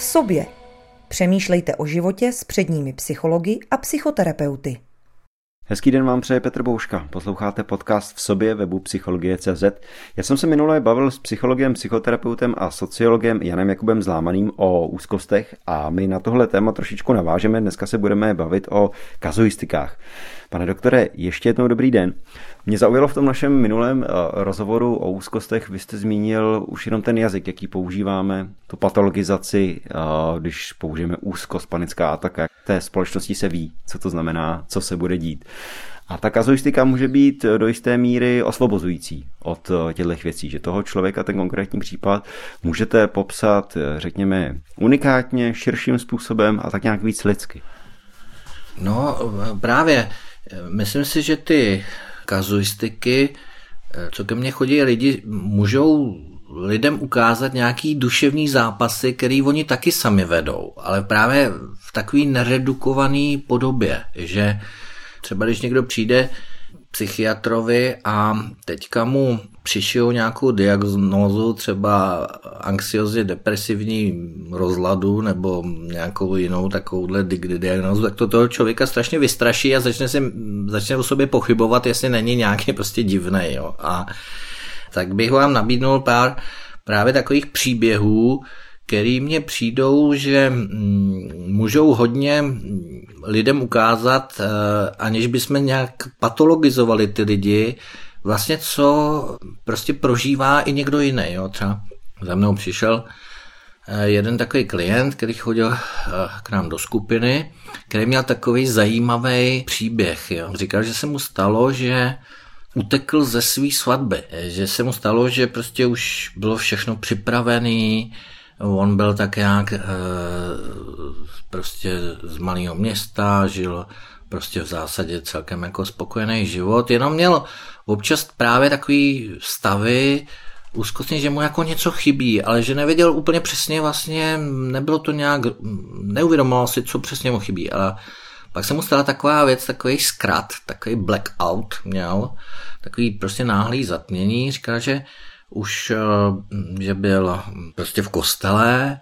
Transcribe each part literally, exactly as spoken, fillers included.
v sobě. Přemýšlejte o životě s předními psychology a psychoterapeuty. Hezký den vám přeje Petr Bouška. Posloucháte podcast v sobě webu psychologie tečka cé zet. Já jsem se minule bavil s psychologem, psychoterapeutem a sociologem Janem Jakubem Zlámaným o úzkostech a my na tohle téma trošičku navážeme. Dneska se budeme bavit o kazuistikách. Pane doktore, ještě jednou dobrý den. Mě zaujalo v tom našem minulém rozhovoru o úzkostech, vy jste zmínil už jenom ten jazyk, jaký používáme, tu patologizaci, když použijeme úzkost, panická ataka. V té společnosti se ví, co to znamená, co se bude dít. A ta kazuistika může být do jisté míry osvobozující od těchto věcí, že toho člověka, ten konkrétní případ, můžete popsat, řekněme, unikátně, širším způsobem a tak nějak víc lidsky. No právě, myslím si, že ty kazuistiky, co ke mně chodí lidi, můžou lidem ukázat nějaký duševní zápasy, který oni taky sami vedou, ale právě v takový neredukovaný podobě, že třeba když někdo přijde psychiatrovi a teďka mu přišijou nějakou diagnózu, třeba anxiozně depresivní rozladu nebo nějakou jinou takovouhle diagnózu, tak to toho člověka strašně vystraší a začne, si, začne o sobě pochybovat, jestli není nějaký prostě divnej. Jo. A tak bych vám nabídnul pár právě takových příběhů, který mně přijdou, že můžou hodně lidem ukázat, aniž bychom nějak patologizovali ty lidi, vlastně co prostě prožívá i někdo jiný. Jo. Třeba za mnou přišel jeden takový klient, který chodil k nám do skupiny, který měl takový zajímavý příběh. Jo. Říkal, že se mu stalo, že utekl ze své svatby, že se mu stalo, že prostě už bylo všechno připravený. On byl tak nějak e, prostě z malého města, žil prostě v zásadě celkem jako spokojený život, jenom měl občas právě takový stavy úzkostně, že mu jako něco chybí, ale že nevěděl úplně přesně vlastně, nebylo to nějak, neuvědomoval si, co přesně mu chybí. A pak se mu stala taková věc, takový zkrat, takový blackout měl, takový prostě náhlý zatmění, říká, že už, že byl prostě v kostele,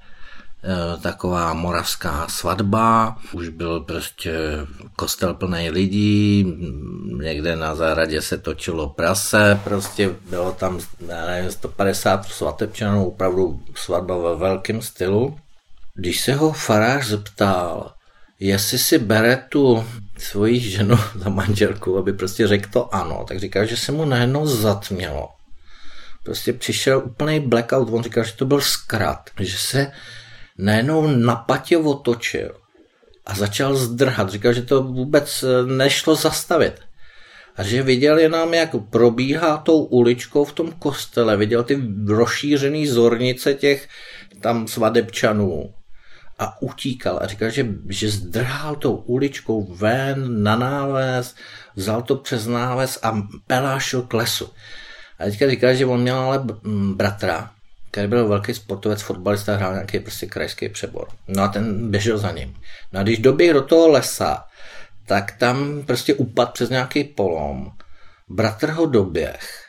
taková moravská svatba, už byl prostě kostel plný lidí, někde na zahradě se točilo prase, prostě bylo tam, nevím, sto padesát svatebčanů, opravdu svatba ve velkém stylu. Když se ho farář zeptal, jestli si bere tu svoji ženu za manželku, aby prostě řekl to ano, tak říkal, že se mu najednou zatmělo. Prostě přišel úplný blackout, on říkal, že to byl zkrat, že se najednou na patě otočil a začal zdrhat, říkal, že to vůbec nešlo zastavit. A že viděl jenom, jak probíhá tou uličkou v tom kostele, viděl ty rozšířený zornice těch tam svadebčanů a utíkal a říkal, že, že zdrhal tou uličkou ven na náves, vzal to přes náves a pelášil k lesu. A teďka říkal, že on měl ale bratra, který byl velký sportovec, fotbalista, hrál nějaký prostě krajský přebor. No a ten běžel za ním. No a když doběhl do toho lesa, tak tam prostě upadl přes nějaký polom. Bratr ho doběh,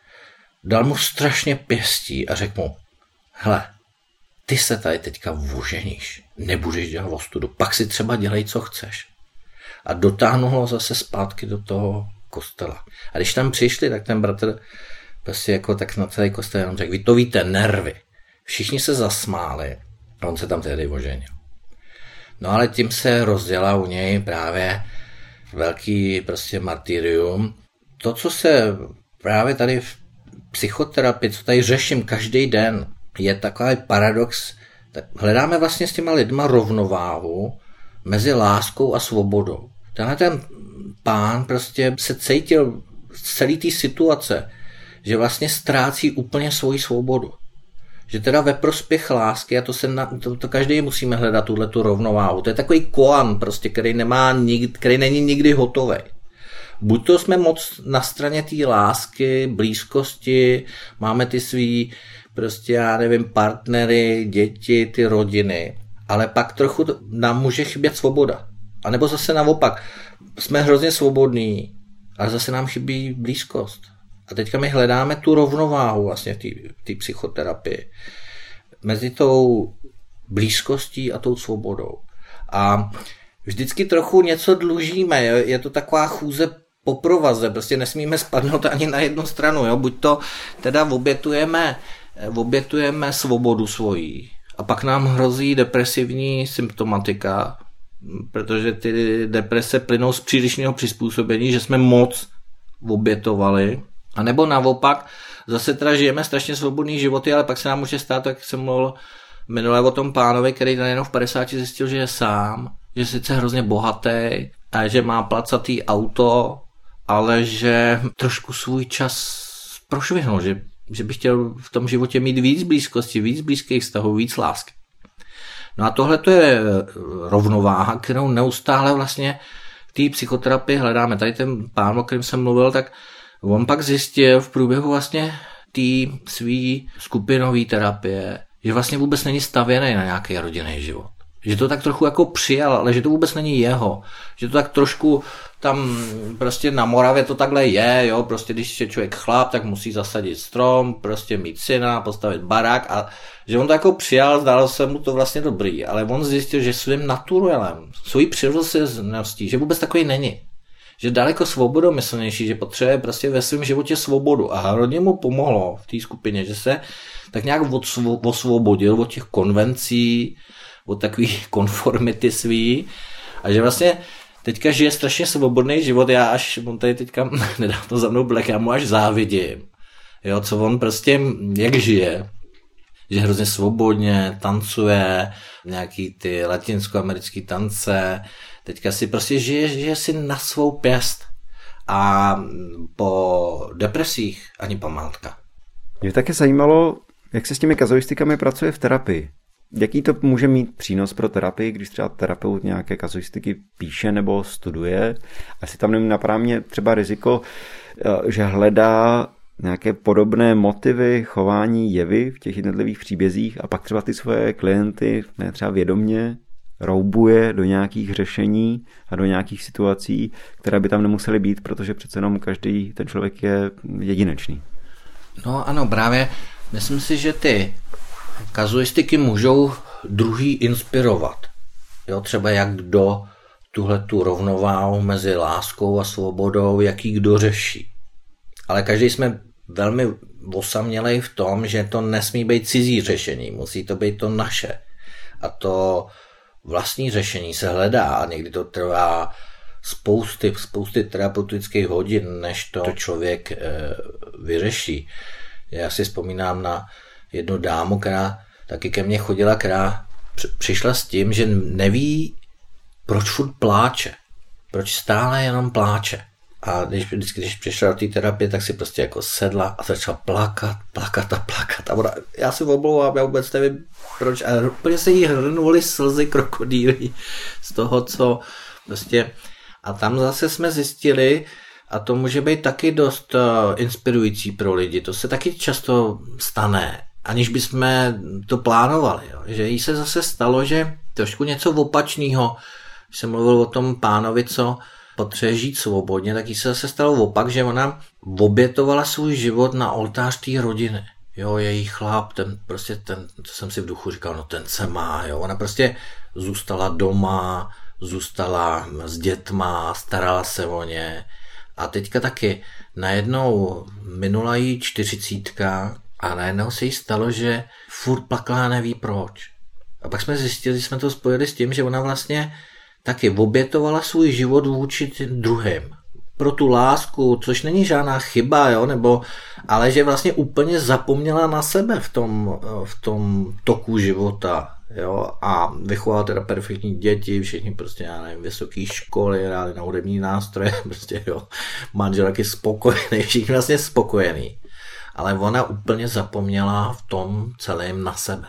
dal mu strašně pěstí a řekl mu, hele, ty se tady teďka oženíš, nebudeš dělat ostudu, pak si třeba dělej, co chceš. A dotáhnul ho zase zpátky do toho kostela. A když tam přišli, tak ten bratr prostě jako tak na celý kostel jenom řekl, vy to víte, nervy. Všichni se zasmáli a on se tam tehdy oženil. No ale tím se rozdělá u něj právě velký prostě martyrium. To, co se právě tady v psychoterapii, co tady řeším každý den, je takový paradox. Tak hledáme vlastně s těma lidma rovnováhu mezi láskou a svobodou. Tenhle ten pán prostě se cítil z celé té situace, že vlastně ztrácí úplně svoji svobodu. Že teda ve prospěch lásky, a to, se na, to, to každý musíme hledat tuhletu rovnováhu. To je takový koan, prostě, který, nemá nikdy, který není nikdy hotový. Buď to jsme moc na straně té lásky, blízkosti, máme ty svý, prostě já nevím, partnery, děti, ty rodiny, ale pak trochu nám může chybět svoboda. A nebo zase naopak, jsme hrozně svobodní, ale zase nám chybí blízkost. A teďka my hledáme tu rovnováhu vlastně v té psychoterapii. Mezi tou blízkostí a tou svobodou. A vždycky trochu něco dlužíme, je to taková chůze po provaze, prostě nesmíme spadnout ani na jednu stranu, jo? Buď to teda obětujeme, obětujeme svobodu svojí a pak nám hrozí depresivní symptomatika, protože ty deprese plynou z přílišného přizpůsobení, že jsme moc obětovali, a nebo naopak zase teda žijeme strašně svobodný životy, ale pak se nám může stát, jak jsem mluvil minule o tom pánovi, který najednou v padesáti zjistil, že je sám, že je sice hrozně bohatý a že má placatý auto, ale že trošku svůj čas prošvihnul, že, že by chtěl v tom životě mít víc blízkosti, víc blízkých vztahů, víc lásky. No a tohle to je rovnováha, kterou neustále vlastně v té psychoterapii hledáme. Tady ten pán, o kterém jsem mluvil, tak on pak zjistil v průběhu vlastně té svý skupinové terapie, že vlastně vůbec není stavěný na nějaký rodinný život. Že to tak trochu jako přijal, ale že to vůbec není jeho. Že to tak trošku tam prostě na Moravě to takhle je, jo, prostě když je člověk chlap, tak musí zasadit strom, prostě mít syna, postavit barák a že on to jako přijal, zdálo se mu to vlastně dobrý, ale on zjistil, že svým naturelem, svojí přirozeností, že vůbec takový není. Že daleko svobodomyslnější, že potřebuje prostě ve svém životě svobodu a hodně mu pomohlo v té skupině, že se tak nějak osvobodil od těch konvencí, od takových konformity svý a že vlastně teďka žije strašně svobodný život, já až, on tady teďka nedávno za mnou Black, já mu až závidím, jo, co on prostě, jak žije, že hrozně svobodně tancuje, nějaký ty latinskoamerický tance, teďka si prostě žije, žije si na svou pěst a po depresích ani památka. Mě taky zajímalo, jak se s těmi kazuistikami pracuje v terapii. Jaký to může mít přínos pro terapii, když třeba terapeut nějaké kazuistiky píše nebo studuje? Asi tam nemůže napadá mě třeba riziko, že hledá nějaké podobné motivy, chování, jevy v těch jednotlivých příbězích a pak třeba ty svoje klienty, ne třeba vědomně, roubuje do nějakých řešení a do nějakých situací, které by tam nemusely být, protože přece jenom každý ten člověk je jedinečný. No ano, právě myslím si, že ty kazuistiky můžou druhý inspirovat. Jo, třeba jak kdo tuhle tu rovnováhu mezi láskou a svobodou, jak ji kdo řeší. Ale každý jsme velmi osamělej v tom, že to nesmí být cizí řešení, musí to být to naše. A to vlastní řešení se hledá a někdy to trvá spousty, spousty terapeutických hodin, než to člověk e, vyřeší. Já si vzpomínám na jednu dámu, která taky ke mně chodila, která přišla s tím, že neví, proč furt pláče. Proč stále jenom pláče. A když, vždycky, když přišla do té terapie, tak si prostě jako sedla a začala plakat, plakat a plakat. A ona, já si omlouvám, já vůbec nevím proč. A úplně se jí hrnuly slzy krokodýlí z toho, co prostě... A tam zase jsme zjistili, a to může být taky dost uh, inspirující pro lidi, to se taky často stane, aniž bychom to plánovali. Jo. Že jí se zase stalo, že trošku něco opačného, když jsem mluvil o tom pánovi, co potřebuje žít svobodně, tak jí se zase stalo opak, že ona obětovala svůj život na oltář té rodiny. Jo, její chlap, ten prostě ten, co jsem si v duchu říkal, no ten se má, jo. Ona prostě zůstala doma, zůstala s dětma, starala se o ně. A teďka taky najednou minula jí čtyřicítka a najednou se jí stalo, že furt plakala, neví proč. A pak jsme zjistili, že jsme to spojili s tím, že ona vlastně taky obětovala svůj život vůči druhým. Pro tu lásku, což není žádná chyba, jo, nebo, ale že vlastně úplně zapomněla na sebe v tom, v tom toku života. Jo, a vychovala teda perfektní děti, všichni prostě, já nevím, vysoké školy, hráli na hudební nástroje, prostě jo, manžel taky spokojený, všichni vlastně spokojený. Ale ona úplně zapomněla v tom celém na sebe.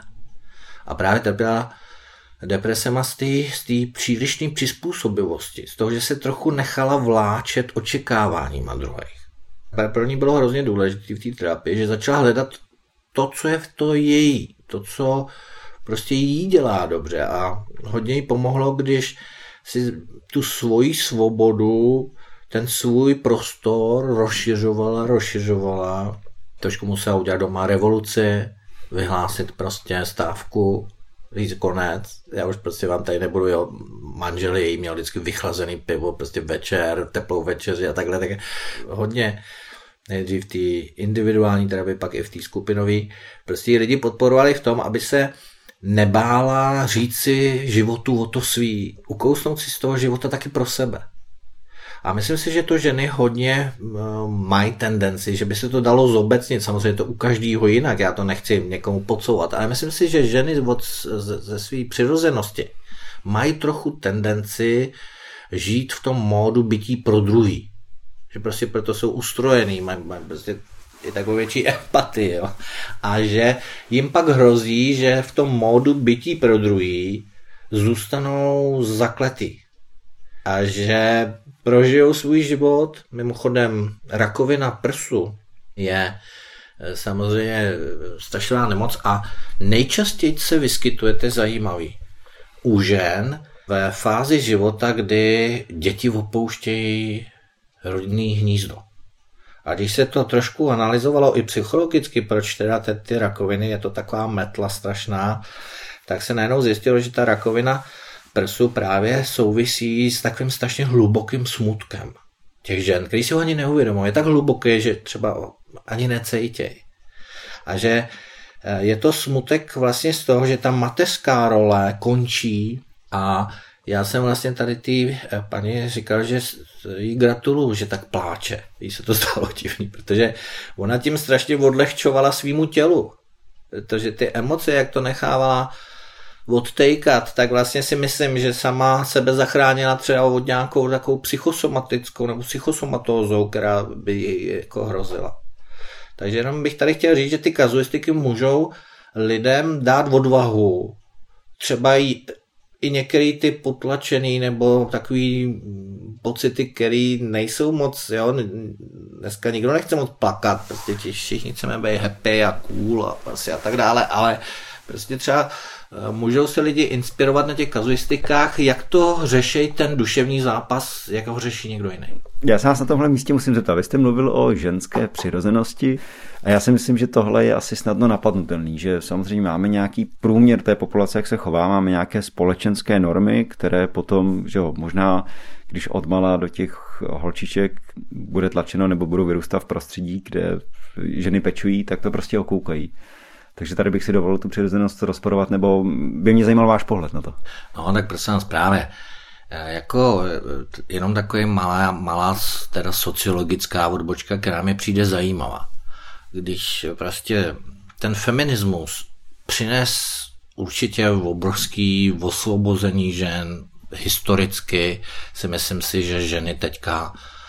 A právě trpěla depresema z té přílišné přizpůsobivosti, z toho, že se trochu nechala vláčet očekáváníma druhých. Pro ní bylo hrozně důležité v té terapii, že začala hledat to, co je v to její, to, co prostě jí dělá dobře a hodně jí pomohlo, když si tu svoji svobodu, ten svůj prostor rozšiřovala, rozšiřovala. Trošku musela udělat doma revoluci, vyhlásit prostě stávku, říct konec, já už prostě vám tady nebudu, jo, manžel její měl vždycky vychlazený pivo, prostě večer, teplou večeři a takhle, tak hodně nejdřív v té individuální terapii, pak i v té skupinové, prostě lidi podporovali v tom, aby se nebála říct si životu o to svý, ukousnout si z toho života taky pro sebe. A myslím si, že to ženy hodně uh, mají tendenci, že by se to dalo zobecnit, samozřejmě to u každého jinak, já to nechci někomu podsouvat, ale myslím si, že ženy od, ze, ze své přirozenosti mají trochu tendenci žít v tom módu bytí pro druhý. Že prostě proto jsou ustrojený, mají, mají prostě i takovou větší empatii. Jo? A že jim pak hrozí, že v tom módu bytí pro druhý zůstanou zakletý. A že prožijou svůj život. Mimochodem rakovina prsu je samozřejmě strašná nemoc a nejčastěji se vyskytujete zajímavý u žen ve fázi života, kdy děti opouštějí rodinný hnízdo. A když se to trošku analyzovalo i psychologicky, proč teda ty, ty rakoviny, je to taková metla strašná, tak se najednou zjistilo, že ta rakovina prsu právě souvisí s takovým strašně hlubokým smutkem těch žen, který si ho ani neuvědomují. Je tak hluboký, že třeba ani necejtěj. A že je to smutek vlastně z toho, že ta mateřská role končí a já jsem vlastně tady ty paní říkal, že jí gratuluju, že tak pláče. Jí se to stalo divný, protože ona tím strašně odlehčovala svýmu tělu. Protože ty emoce, jak to nechávala odtejkat, tak vlastně si myslím, že sama sebe zachránila třeba od nějakou takovou psychosomatickou nebo psychosomatózou, která by jí jako hrozila. Takže jenom bych tady chtěl říct, že ty kazuistiky můžou lidem dát odvahu. Třeba i, i některý ty potlačený nebo takový pocity, který nejsou moc, jo, dneska nikdo nechce moc plakat, prostě všichni chceme být happy a cool a, prostě a tak dále, ale prostě třeba můžou se lidi inspirovat na těch kazuistikách, jak to řeší ten duševní zápas, jak ho řeší někdo jiný. Já se vás na tomhle místě musím zeptat. Vy jste mluvil o ženské přirozenosti a já si myslím, že tohle je asi snadno napadnutelný, že samozřejmě máme nějaký průměr té populace, jak se chová, máme nějaké společenské normy, které potom, že jo, možná když odmala do těch holčiček bude tlačeno nebo budou vyrůstat v prostředí, kde ženy pečují, tak to prostě okoukají. Takže tady bych si dovolil tu přirozenost rozporovat, nebo by mě zajímal váš pohled na to. No, tak prosím vás právě. Jako jenom takový malá, malá teda sociologická odbočka, která mi přijde zajímavá. Když prostě ten feminismus přines určitě obrovský osvobození žen, historicky si myslím si, že ženy teďka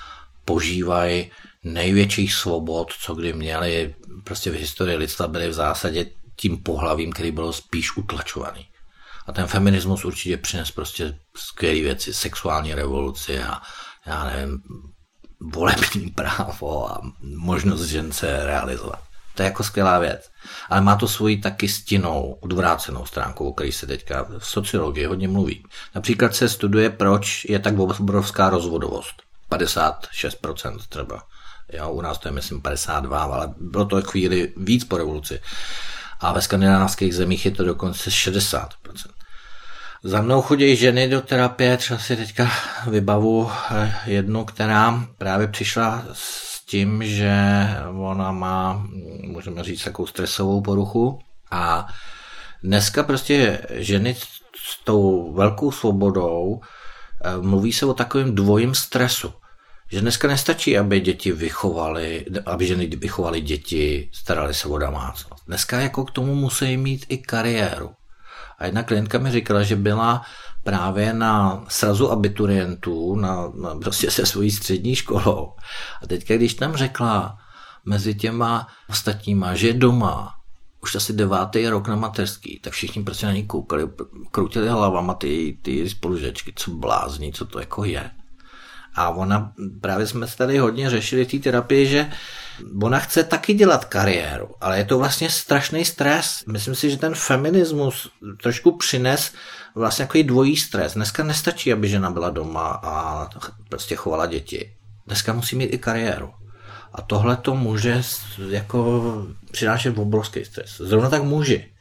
požívají největších svobod, co kdy měli, prostě v historii lidstva byly v zásadě tím pohlavím, který bylo spíš utlačovaný. A ten feminismus určitě přines prostě skvělé věci, sexuální revoluci a já nevím, volební právo a možnost žen se realizovat. To je jako skvělá věc. Ale má to svoji taky stinnou, odvrácenou stránku, o které se teďka v sociologii hodně mluví. Například se studuje, proč je tak obrovská rozvodovost. padesát šest procent třeba. Jo, u nás to je myslím padesát dva, ale bylo to chvíli víc po revoluci. A ve skandinávských zemích je to dokonce šedesát procent. Za mnou chodí ženy do terapie, třeba si teďka vybavu jednu, která právě přišla s tím, že ona má, můžeme říct, takovou stresovou poruchu a dneska prostě ženy s tou velkou svobodou mluví se o takovém dvojím stresu. Že dneska nestačí, aby děti vychovali, aby ženy vychovali děti, starali se o domácnost. Dneska jako k tomu musí mít i kariéru. A jedna klientka mi říkala, že byla právě na srazu abiturientů, na, na prostě se svojí střední školou. A teďka, když tam řekla mezi těma ostatníma, že je doma, už asi devátý rok na mateřský, tak všichni prostě na ní koukali, kroutili hlavama ty, ty spolužečky, co blázní, co to jako je. A ona, právě jsme tady hodně řešili v té terapii, že ona chce taky dělat kariéru, ale je to vlastně strašný stres. Myslím si, že ten feminismus trošku přines vlastně takový dvojí stres. Dneska nestačí, aby žena byla doma a prostě chovala děti. Dneska musí mít i kariéru. A tohle to může jako přinášet obrovský stres. Zrovna tak muži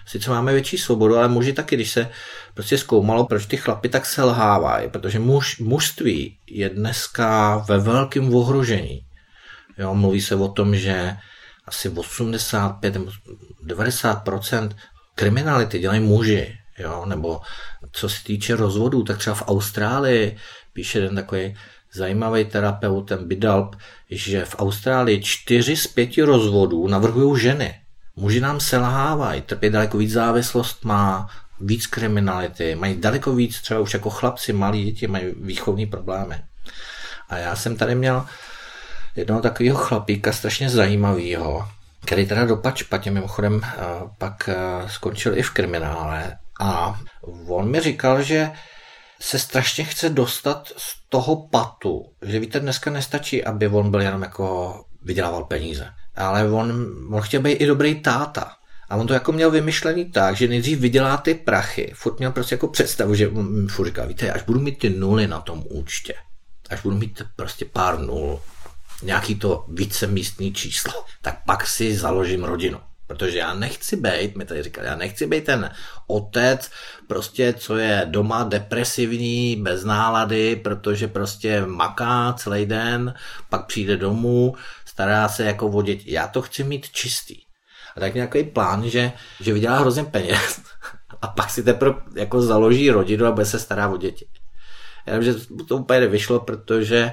sice máme větší svobodu, ale muži taky, když se prostě zkoumalo, proč ty chlapi tak selhávají, protože muž, mužství je dneska ve velkém ohrožení. Jo, mluví se o tom, že asi osmdesát pět nebo devadesát procent kriminality dělají muži. Jo, nebo co se týče rozvodů, tak třeba v Austrálii píše jeden takový zajímavý terapeut, ten Bidalb, že v Austrálii čtyři z pěti rozvodů navrhují ženy. Muži nám selhávají, trpí daleko víc závislost, má víc kriminality, mají daleko víc, třeba už jako chlapci, malí děti mají výchovní problémy. A já jsem tady měl jednoho takového chlapíka strašně zajímavého, který teda dopadl špatně, mimochodem pak skončil i v kriminále. A on mi říkal, že se strašně chce dostat z toho patu, že víte, dneska nestačí, aby on byl jenom jako vydělával peníze, ale on, on chtěl být i dobrý táta. A on to jako měl vymyšlený tak, že nejdřív vydělá ty prachy, furt měl prostě jako představu, že on furt říká, víte, až budu mít ty nuly na tom účtě, až budu mít prostě pár nul, nějaký to vícemístný číslo, tak pak si založím rodinu. Protože já nechci být, mi tady říkal, já nechci být ten otec, prostě, co je doma depresivní, bez nálady, protože prostě maká celý den, pak přijde domů, stará se jako o děti. Já to chci mít čistý. A tak nějaký plán, že, že vydělá hrozně peněz a pak si teprve jako založí rodinu a bude se stará o děti. Já vím, že to úplně nevyšlo, protože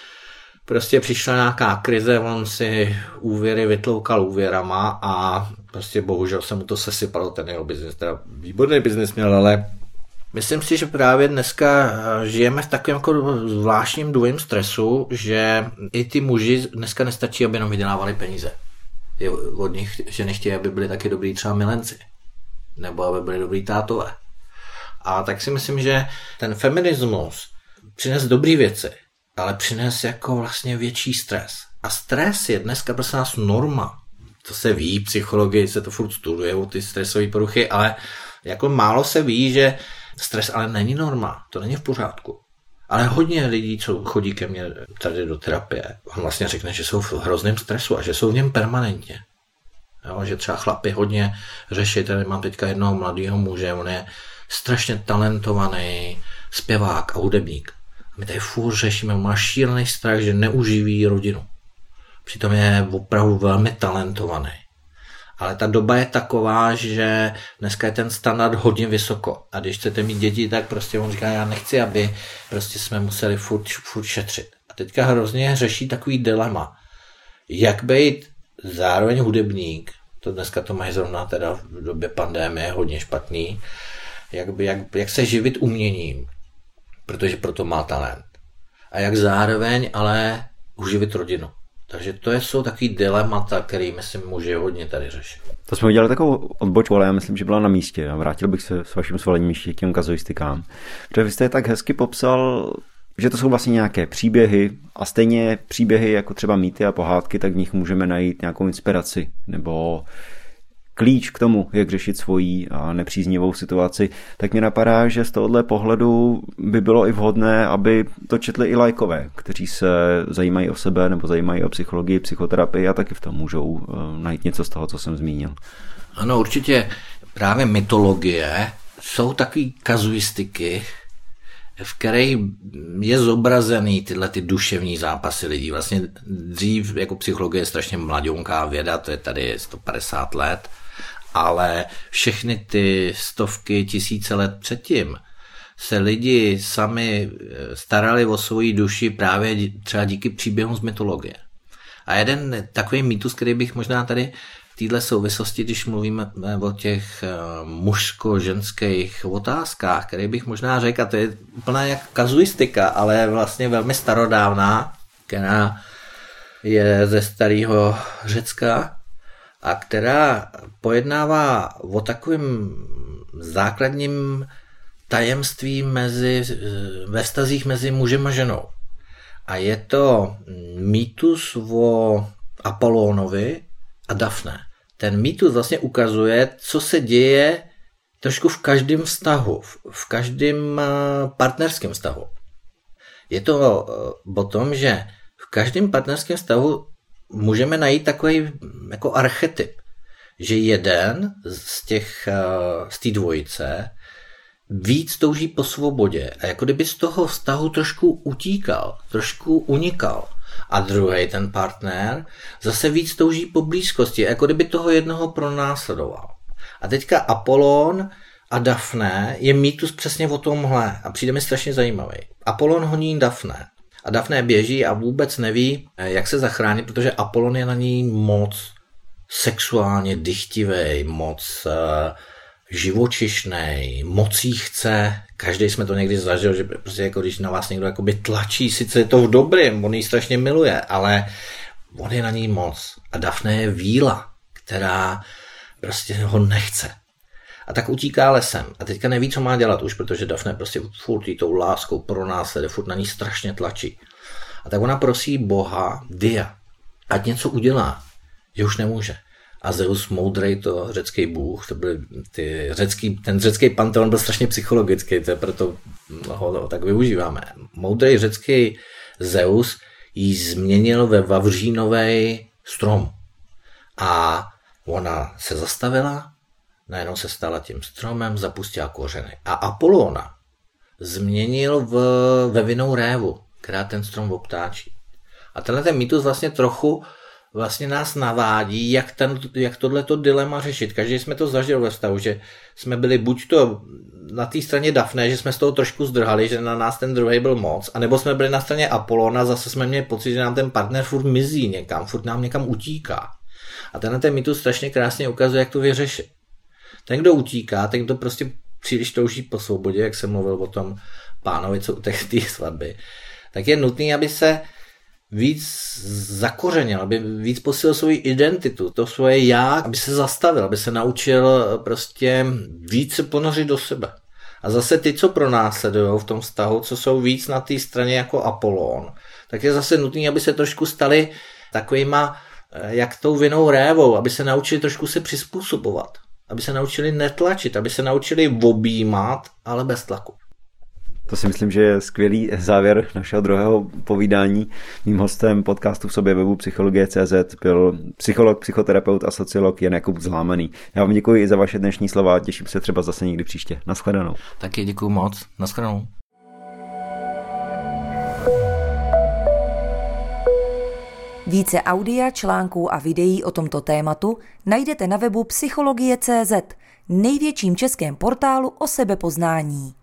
prostě přišla nějaká krize, on si úvěry vytloukal úvěrama a prostě bohužel se mu to sesypalo, ten jeho biznis. Teda výborný biznis měl, ale myslím si, že právě dneska žijeme v takovém jako zvláštním dvojím stresu, že i ty muži dneska nestačí, aby jenom vydělávali peníze. Je od nich, že nechtějí, aby byli taky dobrý třeba milenci. Nebo aby byli dobrý tátové. A tak si myslím, že ten feminismus přines dobrý věci, ale přines jako vlastně větší stres. A stres je dneska prostě nás norma. To se ví, psychologii se to furt studuje, ty stresové poruchy, ale jako málo se ví, že stres ale není norma, to není v pořádku. Ale hodně lidí, co chodí ke mně tady do terapie, on vlastně řekne, že jsou v hrozném stresu a že jsou v něm permanentně. Jo, že třeba chlapi hodně řeší, tady mám teďka jednoho mladého muže, on je strašně talentovaný zpěvák a hudebník. A my tady furt řešíme, má šílený strach, že neuživí rodinu. Přitom je opravdu velmi talentovaný. Ale ta doba je taková, že dneska je ten standard hodně vysoko. A když chcete mít děti, tak prostě on říká, já nechci, aby prostě jsme museli furt, furt šetřit. A teďka hrozně řeší takový dilema. Jak být zároveň hudebník, to dneska to mají zrovna teda v době pandémie hodně špatný, jak, by, jak, jak se živit uměním, protože proto má talent. A jak zároveň ale uživit rodinu. Takže to jsou takový dilemata, který myslím muži hodně tady řeší. To jsme udělali takovou odbočku, ale já myslím, že byla na místě a vrátil bych se s vaším svolením ještě k těm kazuistikám. Protože vy jste je tak hezky popsal, že to jsou vlastně nějaké příběhy a stejně příběhy jako třeba mýty a pohádky, tak v nich můžeme najít nějakou inspiraci nebo klíč k tomu, jak řešit svoji a nepříznivou situaci, tak mi napadá, že z tohohle pohledu by bylo i vhodné, aby to četli i laikové, kteří se zajímají o sebe nebo zajímají o psychologii, psychoterapii a taky v tom můžou najít něco z toho, co jsem zmínil. Ano, určitě právě mytologie jsou takový kazuistiky, v kterých je zobrazený tyhle ty duševní zápasy lidí. Vlastně dřív jako psychologie je strašně mladionká věda, to je tady sto padesát let, ale všechny ty stovky, tisíce let předtím se lidi sami starali o svoji duši právě třeba díky příběhům z mytologie. A jeden takový mýtus, který bych možná tady v této souvislosti, když mluvíme o těch mužsko-ženských otázkách, který bych možná řekl, a to je úplná jak kazuistika, ale vlastně velmi starodávná, která je ze starého Řecka a která pojednává o takovém základním tajemství mezi, ve vztazích mezi mužem a ženou. A je to mýtus o Apolónovi a Dafne. Ten mýtus vlastně ukazuje, co se děje trošku v každém vztahu, v každém partnerském vztahu. Je to o tom, že v každém partnerském vztahu můžeme najít takový jako archetyp, že jeden z těch, z té dvojice víc touží po svobodě a jako kdyby z toho vztahu trošku utíkal, trošku unikal. A druhý, ten partner, zase víc touží po blízkosti, jako kdyby toho jednoho pronásledoval. A teďka Apollon a Dafne je mýtus přesně o tomhle a přijde mi strašně zajímavý. Apollon honí Dafne a Dafne běží a vůbec neví, jak se zachránit, protože Apollon je na ní moc sexuálně dychtivý, moc uh, živočišnej, moc jí chce. Každý jsme to někdy zažil, že prostě jako když na vás někdo jakoby tlačí, sice je to v dobrým, on ji strašně miluje, ale on je na ní moc. A Dafne je víla, která prostě ho nechce. A tak utíká lesem. A teďka neví, co má dělat už, protože Dafne prostě furt jí tou láskou pronásleduje, furt na ní strašně tlačí. A tak ona prosí Boha, Dia, ať něco udělá, že už nemůže. A Zeus moudrej, to řecký bůh, to byl ty řecký, ten řecký panteon byl strašně psychologický, to je proto ho, ho tak využíváme. Moudrej řecký Zeus jí změnil ve vavřínový strom. A ona se zastavila, najednou se stala tím stromem, zapustila kořeny. A Apollona změnil v, ve vinnou révu, která ten strom obtáčí. A tenhle ten mýtus vlastně trochu vlastně nás navádí, jak, ten, jak tohleto dilema řešit. Každý jsme to zažil ve vztahu, že jsme byli buď to na té straně Dafne, že jsme z toho trošku zdrhali, že na nás ten druhý byl moc, anebo jsme byli na straně Apollona, zase jsme měli pocit, že nám ten partner furt mizí někam, furt nám někam utíká. A tenhle ten mýtus strašně krásně ukazuje, jak to vyřešit. Ten, kdo utíká, ten, kdo prostě příliš touží po svobodě, jak jsem mluvil o tom pánovi, co utek té svatby, tak je nutný, aby se víc zakořenil, aby víc posílil svou identitu, to svoje já, aby se zastavil, aby se naučil prostě víc se ponořit do sebe. A zase ty, co pronásledují v tom vztahu, co jsou víc na té straně jako Apollon, tak je zase nutný, aby se trošku stali takovýma, jak tou vinnou révou, aby se naučili trošku se přizpůsobovat, aby se naučili netlačit, aby se naučili objímat, ale bez tlaku. To si myslím, že je skvělý závěr našeho druhého povídání. Mým hostem podcastu V sobě webu Psychologie tečka cé zet byl psycholog, psychoterapeut a sociolog Jan Jakub Zlámaný. Já vám děkuji i za vaše dnešní slova a těším se třeba zase někdy příště. Naschledanou. Taky děkuji moc. Naschledanou. Více audia, článků a videí o tomto tématu najdete na webu Psychologie tečka cé zet, největším českém portálu o sebepoznání.